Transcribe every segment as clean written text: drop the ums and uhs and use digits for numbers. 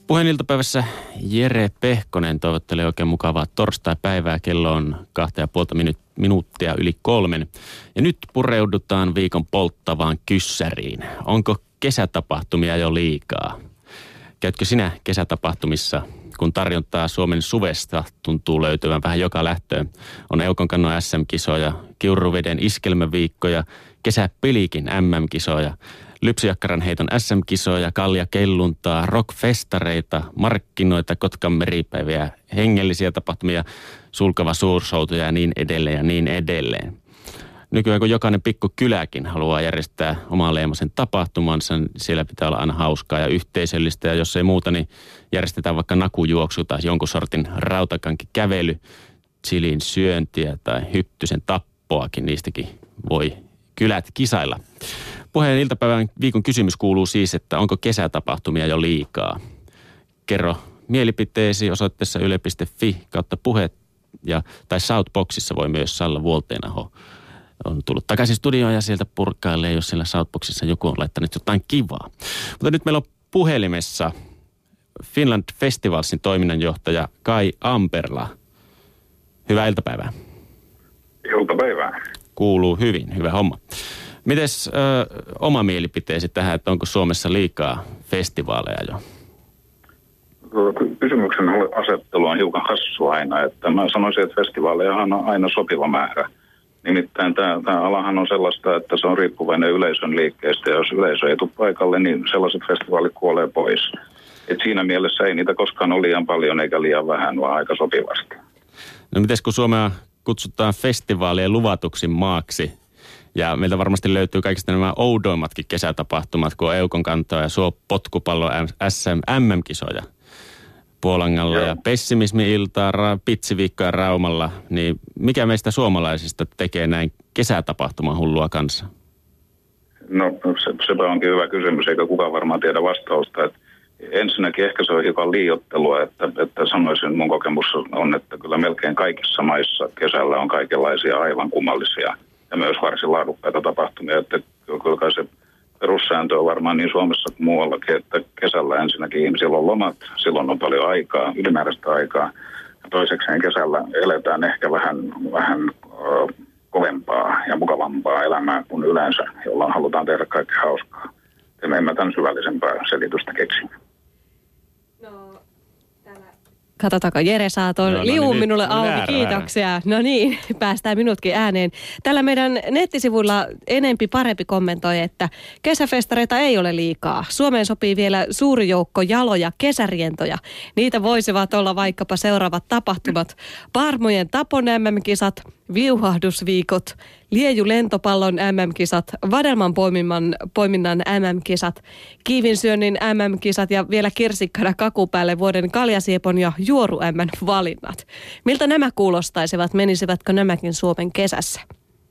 Puheeniltapäivässä Jere Pehkonen toivottelee oikein mukavaa torstaipäivää. Kello on 2,5 minuuttia yli 3. Ja nyt pureudutaan viikon polttavaan kyssäriin. Onko kesätapahtumia jo liikaa? Käytkö sinä kesätapahtumissa, kun tarjontaa Suomen suvesta tuntuu löytyvän vähän joka lähtöön? On Eukonkannon SM-kisoja, Kiuruveden iskelmäviikkoja, kesäpilikin MM-kisoja, lypsyjakkaran heiton SM-kisoja, kaljakelluntaa, rockfestareita, markkinoita, Kotkan meripäiviä, hengellisiä tapahtumia, sulkava suursoutuja ja niin edelleen ja niin edelleen. Nykyään kun jokainen pikkukyläkin haluaa järjestää omanleimaisen tapahtumansa, niin siellä pitää olla aina hauskaa ja yhteisöllistä. Ja jos ei muuta, niin järjestetään vaikka nakujuoksu tai jonkun sortin rautakankikävely, chilin syöntiä tai hyttysen tappoakin. Niistäkin voi kylät kisailla. Puheen iltapäivän viikon kysymys kuuluu siis, että onko kesätapahtumia jo liikaa? Kerro mielipiteesi osoitteessa yle.fi/puhe tai Southboxissa voi myös Salla Vuolteenaho on tullut takaisin studioon ja sieltä purkailee, jos siellä Southboxissa joku on laittanut jotain kivaa. Mutta nyt meillä on puhelimessa Finland Festivalsin toiminnanjohtaja Kai Amperla. Hyvää iltapäivää. Iltapäivää. Kuuluu hyvin, hyvä homma. Mites oma mielipiteesi tähän, että onko Suomessa liikaa festivaaleja jo? Kysymyksen asettelu on hiukan hassua aina, että mä sanoisin, että festivaaleja on aina sopiva määrä. Nimittäin tämä alahan on sellaista, että se on riippuvainen yleisön liikkeestä, ja jos yleisö ei tule paikalle, niin sellaiset festivaalit kuolee pois. Et siinä mielessä ei niitä koskaan ole liian paljon eikä liian vähän, vaan aika sopivasti. No mites kun Suomea kutsutaan festivaalien luvatuksi maaksi, ja meiltä varmasti löytyy kaikista nämä oudoimmatkin kesätapahtumat, kun on Eukonkantoa ja potkupallo MM-kisoja Puolangalla ja pessimismi-iltaa, pitsiviikkoja Raumalla, niin mikä meistä suomalaisista tekee näin kesätapahtuman hullua kanssa? No sepä onkin hyvä kysymys, eikä kukaan varmaan tiedä vastausta. Että ensinnäkin ehkä se on hiukan liioittelua, että sanoisin, mun kokemus on, että kyllä melkein kaikissa maissa kesällä on kaikenlaisia aivan kummallisia ja myös varsin laadukkaita tapahtumia, että kyllä se perussääntö on varmaan niin Suomessa kuin muuallakin, että kesällä ensinnäkin ihmisillä on lomat, silloin on paljon aikaa, ylimääräistä aikaa. Ja toisekseen kesällä eletään ehkä vähän kovempaa ja mukavampaa elämää kuin yleensä, jolloin halutaan tehdä kaikki hauskaa. Ja me emme tämän syvällisempää selitystä keksi. Katsotaanko, Jere saa tuon liuun minulle auki. Kiitoksia. No niin, päästään minutkin ääneen. Tällä meidän nettisivuilla enempi parempi kommentoi, että kesäfestareita ei ole liikaa. Suomeen sopii vielä suuri joukko jaloja kesärientoja. Niitä voisivat olla vaikkapa seuraavat tapahtumat. Parmojen tapon MM-kisat, viuhahdusviikot, liejulentopallon MM-kisat, vadelman poiminnan MM-kisat, kiivinsyönnin MM-kisat ja vielä kirsikkana kakupäälle vuoden kaljasiepon ja juoru MM-valinnat. Miltä nämä kuulostaisivat? Menisivätkö nämäkin Suomen kesässä?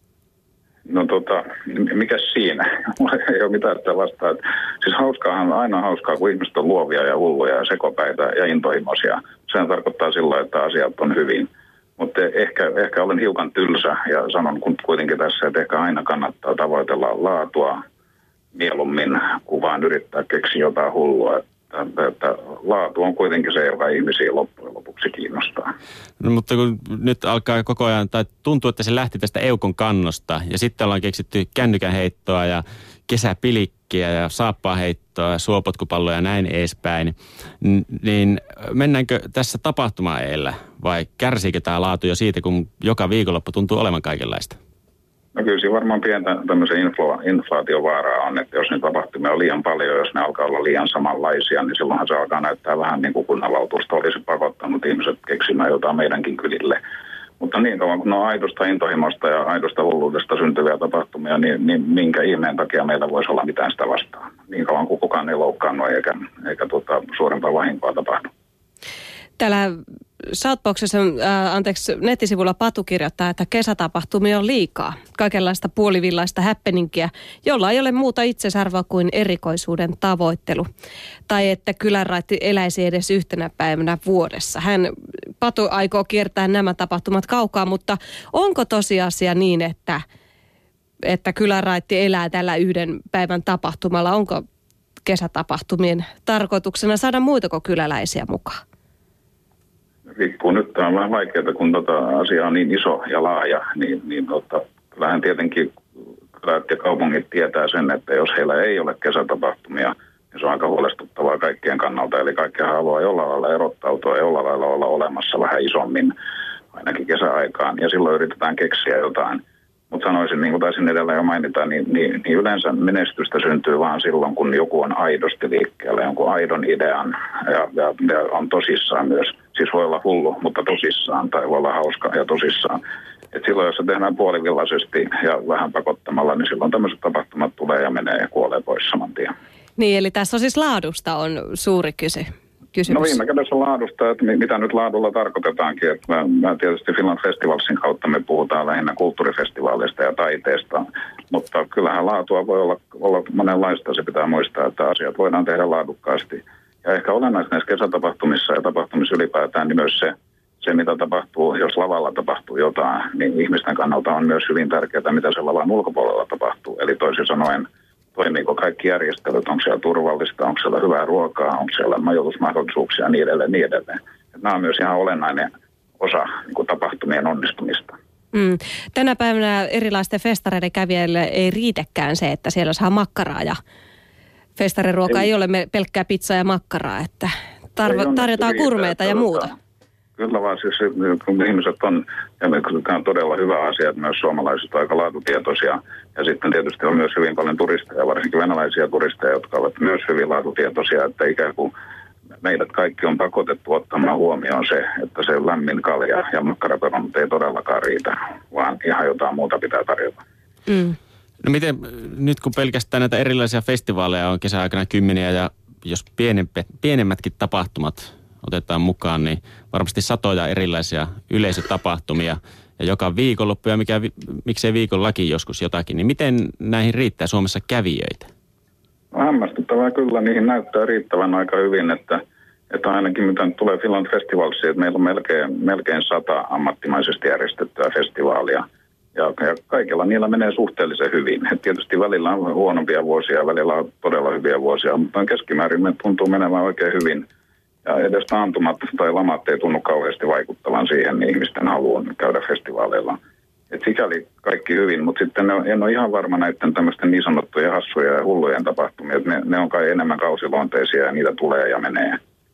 No mikäs siinä? Mulla ei ole mitään sitä vastaan. Siis hauskaahan on aina hauskaa, kun ihmiset on luovia ja hulluja ja sekopäitä ja intohimoisia. Sehän tarkoittaa silloin, että asiat on hyvin. Mutta ehkä olen hiukan tylsä ja sanon kuitenkin tässä, että ehkä aina kannattaa tavoitella laatua mieluummin, kuin vaan yrittää keksiä jotain hullua. Että laatu on kuitenkin se, joka ihmisiä loppujen lopuksi kiinnostaa. No, mutta kun nyt alkaa koko ajan, tai tuntuu, että se lähti tästä Eukonkannosta, ja sitten ollaan keksitty kännykän heittoa ja kesäpilikkiä ja saappaaheittoa ja suopotkupalloja ja näin edespäin, niin mennäänkö tässä tapahtuma-eellä vai kärsiikö tämä laatu jo siitä, kun joka viikonloppu tuntuu olevan kaikenlaista? No kyllä siinä varmaan pientä tämmöisen inflaatiovaaraa on, että jos ne tapahtumia on liian paljon, jos ne alkaa olla liian samanlaisia, niin silloinhan se alkaa näyttää vähän niin kuin kunnanvaltuusto olisi pakottanut ihmiset keksimään jotain meidänkin kylille. Mutta niin kauan kun ne on aidosta intohimosta ja aidosta hulluudesta syntyviä tapahtumia, niin minkä ihmeen takia meillä voisi olla mitään sitä vastaan. Niin kauan kuin kukaan ei loukkaannut eikä suurempaa vahinkoa tapahdu. Täällä Southboxissa, nettisivulla Patu kirjoittaa, että kesätapahtumia on liikaa. Kaikenlaista puolivillaista happeningia, jolla ei ole muuta itsesarvoa kuin erikoisuuden tavoittelu. Tai että kylänraitti eläisi edes yhtenä päivänä vuodessa. Patu aikoo kiertää nämä tapahtumat kaukaa, mutta onko tosiasia niin, että kylänraitti elää tällä yhden päivän tapahtumalla? kesätapahtumien tarkoituksena saada muitako kyläläisiä mukaan? Riippuu nyt, on vähän vaikeaa, kun asia on niin iso ja laaja, niin kyllähän tietenkin kylät ja kaupungit tietää sen, että jos heillä ei ole kesätapahtumia, niin se on aika huolestuttavaa kaikkien kannalta. Eli kaikkihan haluaa jollain lailla erottautua ja jollain lailla olla olemassa vähän isommin, ainakin kesäaikaan. Ja silloin yritetään keksiä jotain. Mutta sanoisin, niin kuin taisin edellä jo mainita, niin yleensä menestystä syntyy vaan silloin, kun joku on aidosti liikkeellä, jonkun aidon idean ja on tosissaan myös. Siis voi olla hullu, mutta tosissaan, tai voi olla hauska ja tosissaan. Et silloin, jos se tehdään puolivillaisesti ja vähän pakottamalla, niin silloin tämmöiset tapahtumat tulee ja menee ja kuolee pois saman tien. Niin, eli tässä on siis laadusta on suuri kysymys. No viime kädessä laadusta, että mitä nyt laadulla tarkoitetaankin. Että mä tietysti Finland Festivalsin kautta me puhutaan lähinnä kulttuurifestivaaleista ja taiteesta, mutta kyllähän laatua voi olla monenlaista. Se pitää muistaa, että asiat voidaan tehdä laadukkaasti. Ja ehkä olennaista näissä kesätapahtumissa ja tapahtumissa ylipäätään niin myös se, mitä tapahtuu, jos lavalla tapahtuu jotain, niin ihmisten kannalta on myös hyvin tärkeää, mitä se lavan ulkopuolella tapahtuu. Eli toisin sanoen, toimiiko kaikki järjestelyt, onko siellä turvallista, onko siellä hyvää ruokaa, onko siellä majoitusmahdollisuuksia ja niin edelleen, niin edelleen. Nämä on myös ihan olennainen osa niin kuin tapahtumien onnistumista. Tänä päivänä erilaisten festareiden kävijöille ei riitäkään se, että siellä saa makkaraa ja festariruoka ei ole pelkkää pizzaa ja makkaraa, että tarjotaan kurmeita ja muuta. Kyllä vaan siis kun ihmiset on, ja tämä on todella hyvä asia, että myös suomalaiset ovat aika laatutietoisia. Ja sitten tietysti on myös hyvin paljon turisteja, varsinkin venäläisiä turisteja, jotka ovat myös hyvin laatutietoisia, että ikään kuin meidät kaikki on pakotettu ottamaan huomioon se, että se lämmin kalja ja makkaraperunat ei todellakaan riitä, vaan ihan jotain muuta pitää tarjota. No miten nyt kun pelkästään näitä erilaisia festivaaleja on kesäaikana kymmeniä ja jos pienemmätkin tapahtumat otetaan mukaan, niin varmasti satoja erilaisia yleisötapahtumia ja joka viikonloppu ja miksei viikollakin joskus jotakin, niin miten näihin riittää Suomessa kävijöitä? No hämmästyttävää kyllä, niihin näyttää riittävän aika hyvin, että ainakin mitä nyt tulee Finland Festivalsiin, että meillä on melkein 100 ammattimaisesti järjestettyä festivaalia. Ja kaikilla niillä menee suhteellisen hyvin. Et tietysti välillä on huonompia vuosia, välillä on todella hyviä vuosia, mutta keskimäärin me tuntuu menevän oikein hyvin. Ja edes taantumat tai lamat ei tunnu kauheasti vaikuttavan siihen niin ihmisten haluun käydä festivaaleilla. Et sikäli kaikki hyvin, mutta sitten en ole ihan varma näiden tämmöisten niin sanottujen hassuja ja hullujen tapahtumia. Ne on kai enemmän kausiluonteisia ja niitä tulee ja menee.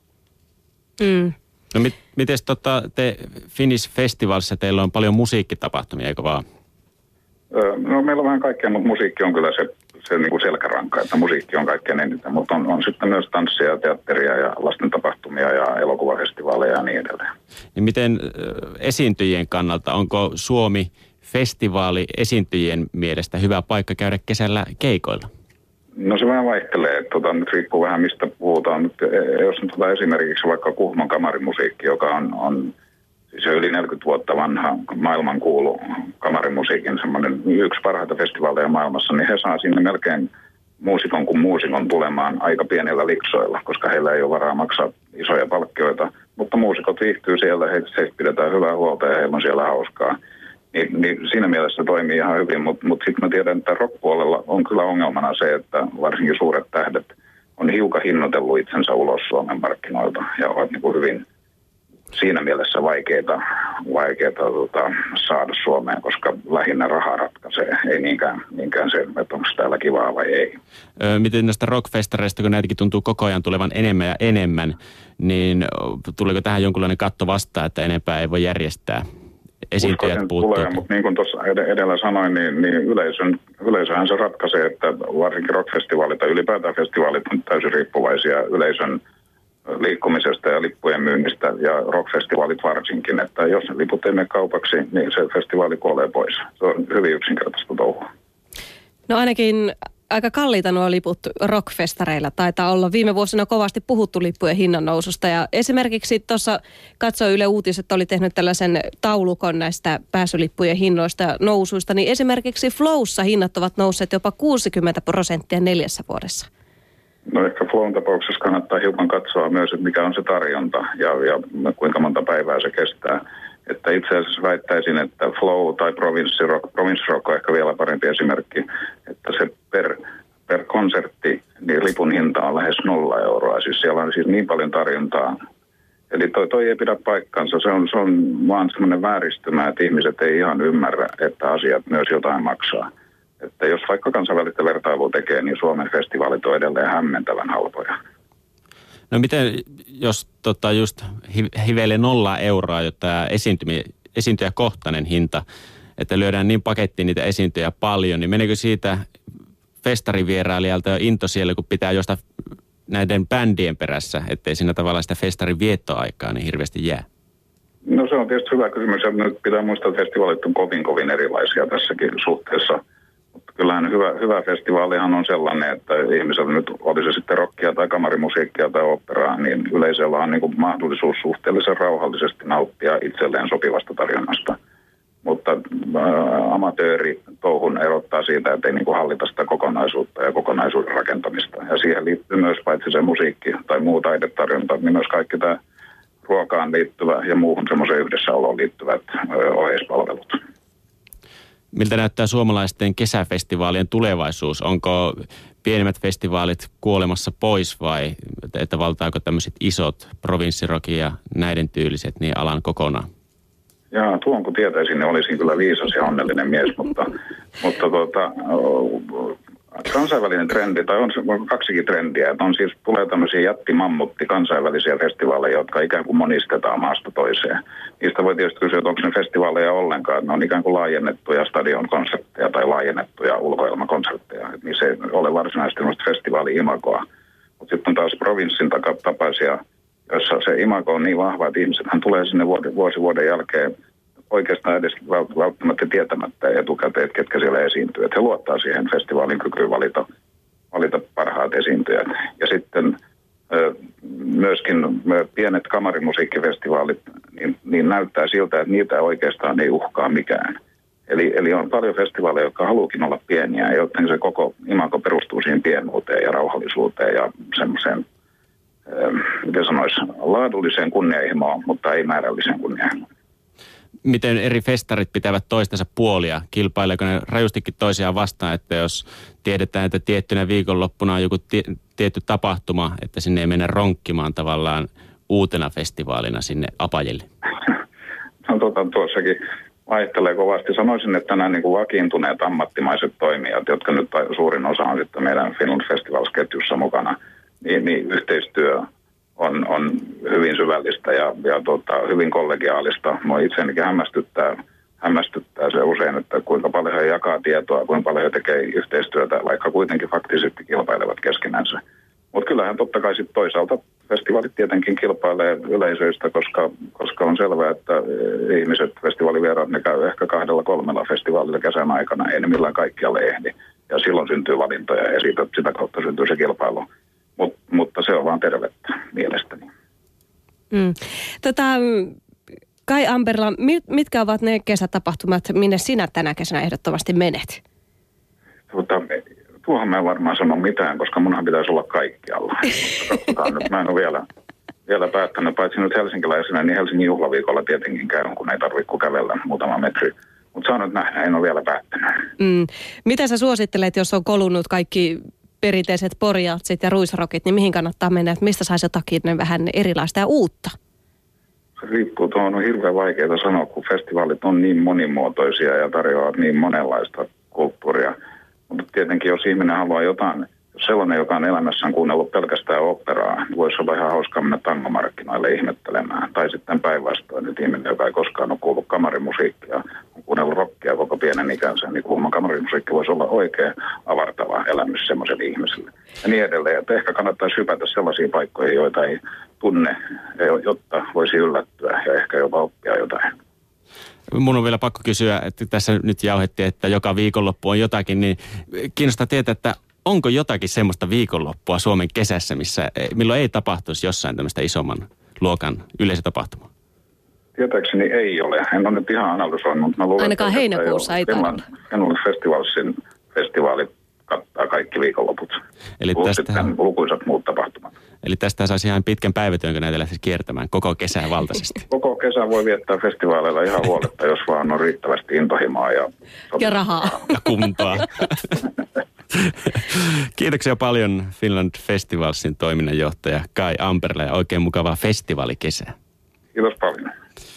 No miten te Finnish Festivalissa teillä on paljon musiikkitapahtumia, eikö vaan? No meillä on vähän kaikkea, mutta musiikki on kyllä se niin kuin selkäranka, että musiikki on kaikkein eniten, mutta on sitten myös tanssia, teatteria ja lasten tapahtumia ja elokuvafestivaaleja ja niin edelleen. Niin miten esiintyjien kannalta, onko Suomi festivaali esiintyjien mielestä hyvä paikka käydä kesällä keikoilla? No se vähän vaihtelee, nyt riippuu vähän mistä puhutaan. Nyt, jos nyt esimerkiksi vaikka Kuhmon kamarimusiikki, joka on siis jo yli 40 vuotta vanha maailmankuulu kamarimusiikin semmoinen yksi parhaita festivaaleja maailmassa, niin he saa sinne melkein muusikon kuin muusikon tulemaan aika pienillä liksoilla, koska heillä ei ole varaa maksaa isoja palkkioita. Mutta muusikot viihtyy siellä, heistä pidetään hyvää huolta ja heillä on siellä hauskaa. Niin siinä mielessä toimii ihan hyvin, mutta sitten mä tiedän, että rock-puolella on kyllä ongelmana se, että varsinkin suuret tähdet on hiukan hinnoitellut itsensä ulos Suomen markkinoilta ja ovat niin kuin hyvin siinä mielessä vaikeita saada Suomeen, koska lähinnä raha ratkaisee, ei niinkään se, että onko täällä kivaa vai ei. Miten näistä rockfestareista, kun näitäkin tuntuu koko ajan tulevan enemmän ja enemmän, niin tuleeko tähän jonkunlainen katto vastaan, että enempää ei voi järjestää? Esiintyjät puuttuu. Tulee, mutta niin kuin tuossa edellä sanoin, niin yleisöhän se ratkaisee, että varsinkin rockfestivaalit tai ylipäätään festivaalit on täysin riippuvaisia yleisön liikkumisesta ja lippujen myynnistä ja rockfestivaalit varsinkin, että jos ne liput ei mene kaupaksi, niin se festivaali kuolee pois. Se on hyvin yksinkertaista touhua. No ainakin aika kalliita nuo liput rockfestareilla. Taitaa olla viime vuosina kovasti puhuttu lippujen hinnan noususta. Ja esimerkiksi tuossa katsoi Yle Uutiset, oli tehnyt tällaisen taulukon näistä pääsylippujen hinnoista ja nousuista. Niin esimerkiksi Flowssa hinnat ovat nousseet jopa 60% 4 vuodessa. No ehkä Flown tapauksessa kannattaa hiukan katsoa myös, että mikä on se tarjonta ja kuinka monta päivää se kestää. Että itse asiassa väittäisin, että Flow tai Province Rock on ehkä vielä parempi esimerkki, että se per konsertti, niin lipun hinta on lähes 0 euroa. Siis siellä on siis niin paljon tarjontaa. Eli toi ei pidä paikkansa. Se on vaan semmoinen vääristymä, että ihmiset ei ihan ymmärrä, että asiat myös jotain maksaa. Että jos vaikka kansainvälistä vertailua tekee, niin Suomen festivaalit on edelleen hämmentävän halpoja. No miten, jos just hiveilee 0 euroa jo tämä esiintyjäkohtainen hinta, että lyödään niin pakettiin niitä esiintyjä paljon, niin meneekö siitä festarivierailijalta jo into siellä, kun pitää jostain näiden bändien perässä, ettei siinä tavallaan sitä festarin viettoaikaa niin hirveästi jää? No se on tietysti hyvä kysymys, ja nyt pitää muistaa, että festivaalit on kovin erilaisia tässäkin suhteessa. Mutta kyllähän hyvä festivaalihan on sellainen, että ihmisellä nyt oli se sitten rockia tai kamarimusiikkia tai oopperaa, niin yleisöllä on niin kuin mahdollisuus suhteellisen rauhallisesti nauttia itselleen sopivasta tarjonnasta. Mutta amatööritouhun erottaa siitä, että ei niin kuin hallita sitä kokonaisuutta ja kokonaisuuden rakentamista. Ja siihen liittyy myös paitsi se musiikki tai muu taidetarjonta, niin myös kaikki tämä ruokaan liittyvä ja muuhun semmoiseen yhdessäoloon liittyvät oheispalvelut. Miltä näyttää suomalaisten kesäfestivaalien tulevaisuus? Onko pienemmät festivaalit kuolemassa pois vai että valtaako tämmöiset isot provinssirokin ja näiden tyyliset niin alan kokonaan? Jaa, tuon kun tietäisin, niin olisin kyllä viisas ja onnellinen mies, mutta kansainvälinen trendi, tai on kaksikin trendiä, että on siis tulee tämmöisiä jättimammutti kansainvälisiä festivaaleja, jotka ikään kuin monistetaan maasta toiseen. Niistä voi tietysti kysyä, että onko ne festivaaleja ollenkaan, ne on ikään kuin laajennettuja stadionkonsertteja tai laajennettuja ulkoilmakonsertteja, että niissä ei ole varsinaisesti festivaali-imagoa. Mutta sitten on taas provinssin tapaisia, jossa se imago on niin vahva, että ihmisethän tulee sinne vuoden jälkeen oikeastaan edes välttämättä tietämättä etukäteen, että ketkä siellä esiintyy. Että he luottaa siihen festivaalin kykyyn valita parhaat esiintyjät. Ja sitten myöskin pienet kamarimusiikkifestivaalit, niin näyttää siltä, että niitä oikeastaan ei uhkaa mikään. Eli on paljon festivaaleja, jotka haluukin olla pieniä, joten se koko imago perustuu siihen pienuuteen ja rauhallisuuteen ja semmoiseen, miten sanoisi, laadulliseen kunnianhimoon, mutta ei määrälliseen kunnianhimoon. Miten eri festarit pitävät toistensa puolia? Kilpaileeko ne rajustikin toisiaan vastaan, että jos tiedetään, että tiettynä viikonloppuna on joku tietty tapahtuma, että sinne ei mennä ronkkimaan tavallaan uutena festivaalina sinne apajille? No tuossakin vaihtelee kovasti. Sanoisin, että nämä niin kuin vakiintuneet ammattimaiset toimijat, jotka nyt suurin osa on sitten meidän Finland Festivals-ketjussa mukana, niin yhteistyö on hyvin syvällistä ja hyvin kollegiaalista. Mua itseänikin hämmästyttää se usein, että kuinka paljon he jakaa tietoa, kuinka paljon he tekee yhteistyötä, vaikka kuitenkin faktisesti kilpailevat keskenänsä. Mutta kyllähän totta kai sitten toisaalta festivaalit tietenkin kilpailee yleisöistä, koska on selvää, että ihmiset, festivaalivieraat, ne käy ehkä 2-3 festivaalilla kesän aikana, ei ne millään kaikkialle ehdi. Ja silloin syntyy valintoja ja sitä kautta syntyy se kilpailu. Mutta se on vaan tervettä mielestäni. Kai Amberla, mitkä ovat ne kesätapahtumat, minne sinä tänä kesänä ehdottomasti menet? Tuohon mä en varmaan sano mitään, koska munhan pitäisi olla kaikkialla. Nyt, mä en ole vielä päättänyt, paitsi nyt helsinkiläisenä, niin Helsingin juhlaviikolla tietenkin käyn, kun ei tarvitse kuin kävellä muutama metri. Mutta saa nyt nähdä, en ole vielä päättänyt. Mitä sä suosittelet, jos on kolunut kaikki perinteiset porjatsit ja ruisrokit, niin mihin kannattaa mennä, että mistä saisi jotakin vähän erilaista ja uutta? Se riippuu, tuohon on hirveän vaikeaa sanoa, kun festivaalit on niin monimuotoisia ja tarjoavat niin monenlaista kulttuuria. Mutta tietenkin, jos ihminen haluaa jotain, jos sellainen, joka on elämässään kuunnellut pelkästään oopperaa, niin voisi olla ihan hauskaa mennä tangomarkkinoille ihmettelemään. Tai sitten päinvastoin, että ihminen, joka ei koskaan ole kuullut kamarimusiikkia, on kuunnellut rockia koko pienen ikänsä, niin kuulemma kamarimusiikki voisi olla oikein avartava elämys semmoiselle ihmiselle. Ja niin edelleen, että ehkä kannattaisi hypätä sellaisiin paikkoihin, joita ei tunne, jotta voisi yllättyä ja ehkä jopa oppia jotain. Mun on vielä pakko kysyä, että tässä nyt jauhettiin, että joka viikonloppu on jotakin, niin kiinnostaa tietää, että onko jotakin semmoista viikonloppua Suomen kesässä, milloin ei tapahtuisi jossain tämmöistä isomman luokan yleisötapahtumaa? Tietääkseni ei ole. En ole nyt ihan analysoinut, mutta mä luulen, ainakaan heinäkuussa ei tarvitse. Finland Festivalsin festivaalit kattaa kaikki viikonloput. Eli sitten lukuisat muut tapahtumat. Eli tästä saisi ihan pitkän päivätyön, kun näitä lähtisi kiertämään koko kesää valtaisesti. Koko kesän voi viettää festivaaleilla ihan huoletta, jos vaan on riittävästi intohimoa ja rahaa. Ja kuntoa. Kiitoksia paljon Finland Festivalsin toiminnanjohtaja Kai Amperla ja oikein mukavaa festivaalikesää. Kiitos paljon.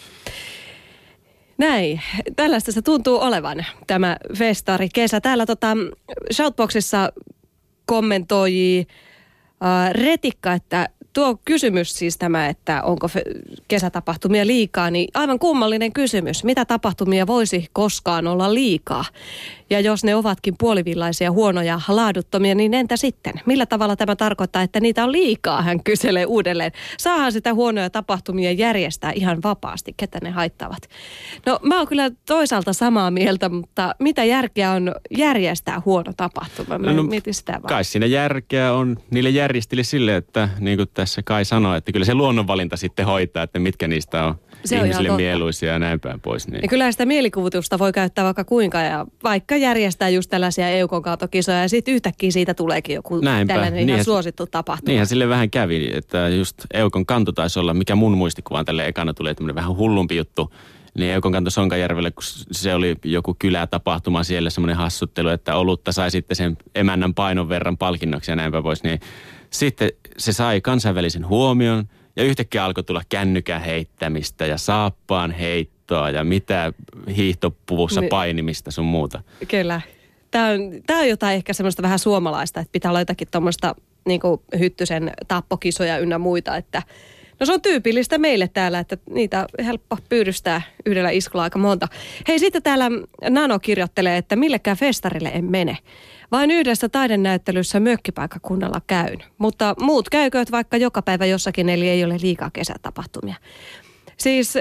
Näin. Tällaista se tuntuu olevan, tämä festarikesä. Täällä Shoutboxissa kommentoi Retikka, että tuo kysymys siis tämä, että onko kesätapahtumia liikaa, niin aivan kummallinen kysymys. Mitä tapahtumia voisi koskaan olla liikaa? Ja jos ne ovatkin puolivillaisia, huonoja, laaduttomia, niin entä sitten? Millä tavalla tämä tarkoittaa, että niitä on liikaa, hän kyselee uudelleen. Saahan sitä huonoja tapahtumia järjestää ihan vapaasti, ketä ne haittavat. No mä oon kyllä toisaalta samaa mieltä, mutta mitä järkeä on järjestää huono tapahtuma? Mä mietin sitä vaan. Kai siinä järkeä on niille järjestille sille, että niin kuin tässä Kai sanoi, että kyllä se luonnonvalinta sitten hoitaa, että mitkä niistä on ihmisille mieluisia ja näin päin pois. Niin. Ja kyllä sitä mielikuvitusta voi käyttää vaikka kuinka ja vaikka järjestää just tällaisia EUK-kaatokisoja ja sitten yhtäkkiä siitä tuleekin joku tällainen ihan suosittu tapahtuma. Niinhän sille vähän kävi, että just EUKon kanto taisi olla, mikä mun muistikuvaan tälle ekana tuli, tämmöinen vähän hullumpi juttu. Niin EUKon kanto Sonkajärvelle, kun se oli joku kylätapahtuma siellä, semmoinen hassuttelu, että olutta sai sitten sen emännän painon verran palkinnoksi ja näin päin pois. Niin sitten se sai kansainvälisen huomion ja yhtäkkiä alkoi tulla kännykän heittämistä ja saappaan heittoa ja mitä hiihtopuvussa painimista sun muuta. Kyllä. Tämä on jotain ehkä semmoista vähän suomalaista, että pitää olla jotakin tuommoista niin kuin Hyttysen tappokisoja ynnä muita, että no se on tyypillistä meille täällä, että niitä on helppo pyydystää yhdellä iskulla aika monta. Hei, sitten täällä Nano kirjoittelee, että millekään festarille en mene. Vain yhdessä taidenäyttelyssä mökkipaikkakunnalla käyn. Mutta muut käykööt vaikka joka päivä jossakin, eli ei ole liikaa kesätapahtumia. Siis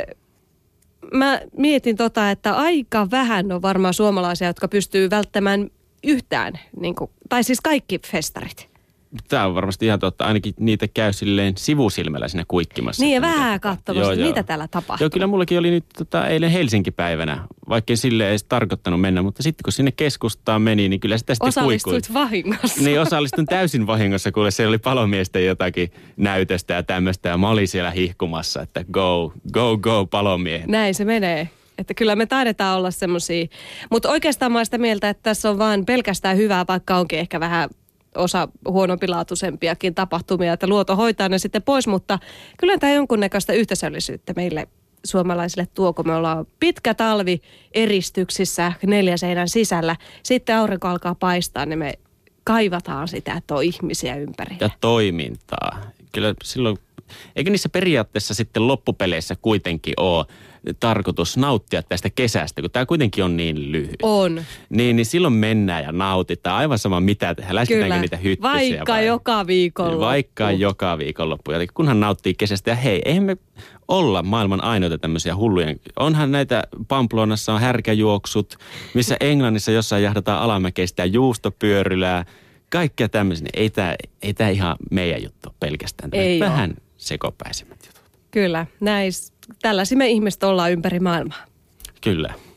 mä mietin että aika vähän on varmaan suomalaisia, jotka pystyy välttämään yhtään, tai siis kaikki festarit. Tämä on varmasti ihan totta. Ainakin niitä käy silleen sivusilmällä siinä kuikkimassa. Niin ja vähän katsomassa, mitä täällä tapahtuu. Joo, kyllä mullakin oli nyt eilen Helsinki-päivänä, vaikka silleen ei edes tarkoittanut mennä, mutta sitten kun sinne keskustaan meni, niin kyllä sitä sitten kuikui. Osallistuit vahingossa. Niin, osallistun täysin vahingossa, kuule siellä oli palomiesten jotakin näytöstä ja tämmöistä. Ja mä olin siellä hihkumassa, että go palomiehet. Näin se menee. Että kyllä me taidetaan olla semmosia. Mutta oikeastaan mä oon sitä mieltä, että tässä on vaan pelkästään hyvää, vaikka onkin ehkä vähän osa huonompilaatuisempiakin tapahtumia, että luoto hoitaa ne sitten pois, mutta kyllä tämä jonkunnäköistä yhteisöllisyyttä meille suomalaisille tuo, kun me ollaan pitkä talvi eristyksissä 4 seinän sisällä. Sitten aurinko alkaa paistaa, niin me kaivataan sitä, että on ihmisiä ympäri. Ja toimintaa. Kyllä silloin, eikö niissä periaatteessa sitten loppupeleissä kuitenkin ole tarkoitus nauttia tästä kesästä, kun tämä kuitenkin on niin lyhyt. On. Niin silloin mennään ja nautitaan. Aivan sama mitä tehdään. Läsketäänkö niitä hyttysiä vaikka joka viikonloppu. Vaikka joka viikonloppu. Ja kunhan nauttii kesästä. Ja hei, eihän me olla maailman ainoita tämmöisiä hulluja. Onhan näitä Pamplonassa on härkäjuoksut, missä Englannissa jossain jahdataan alamäkeistä juustopyörylää. Kaikkea tämmöisiä. Ei tämä ihan meidän juttu pelkästään. Ei vähän sekopäisimmät jutut. Kyllä, tällaisia me ihmiset ollaan ympäri maailmaa. Kyllä.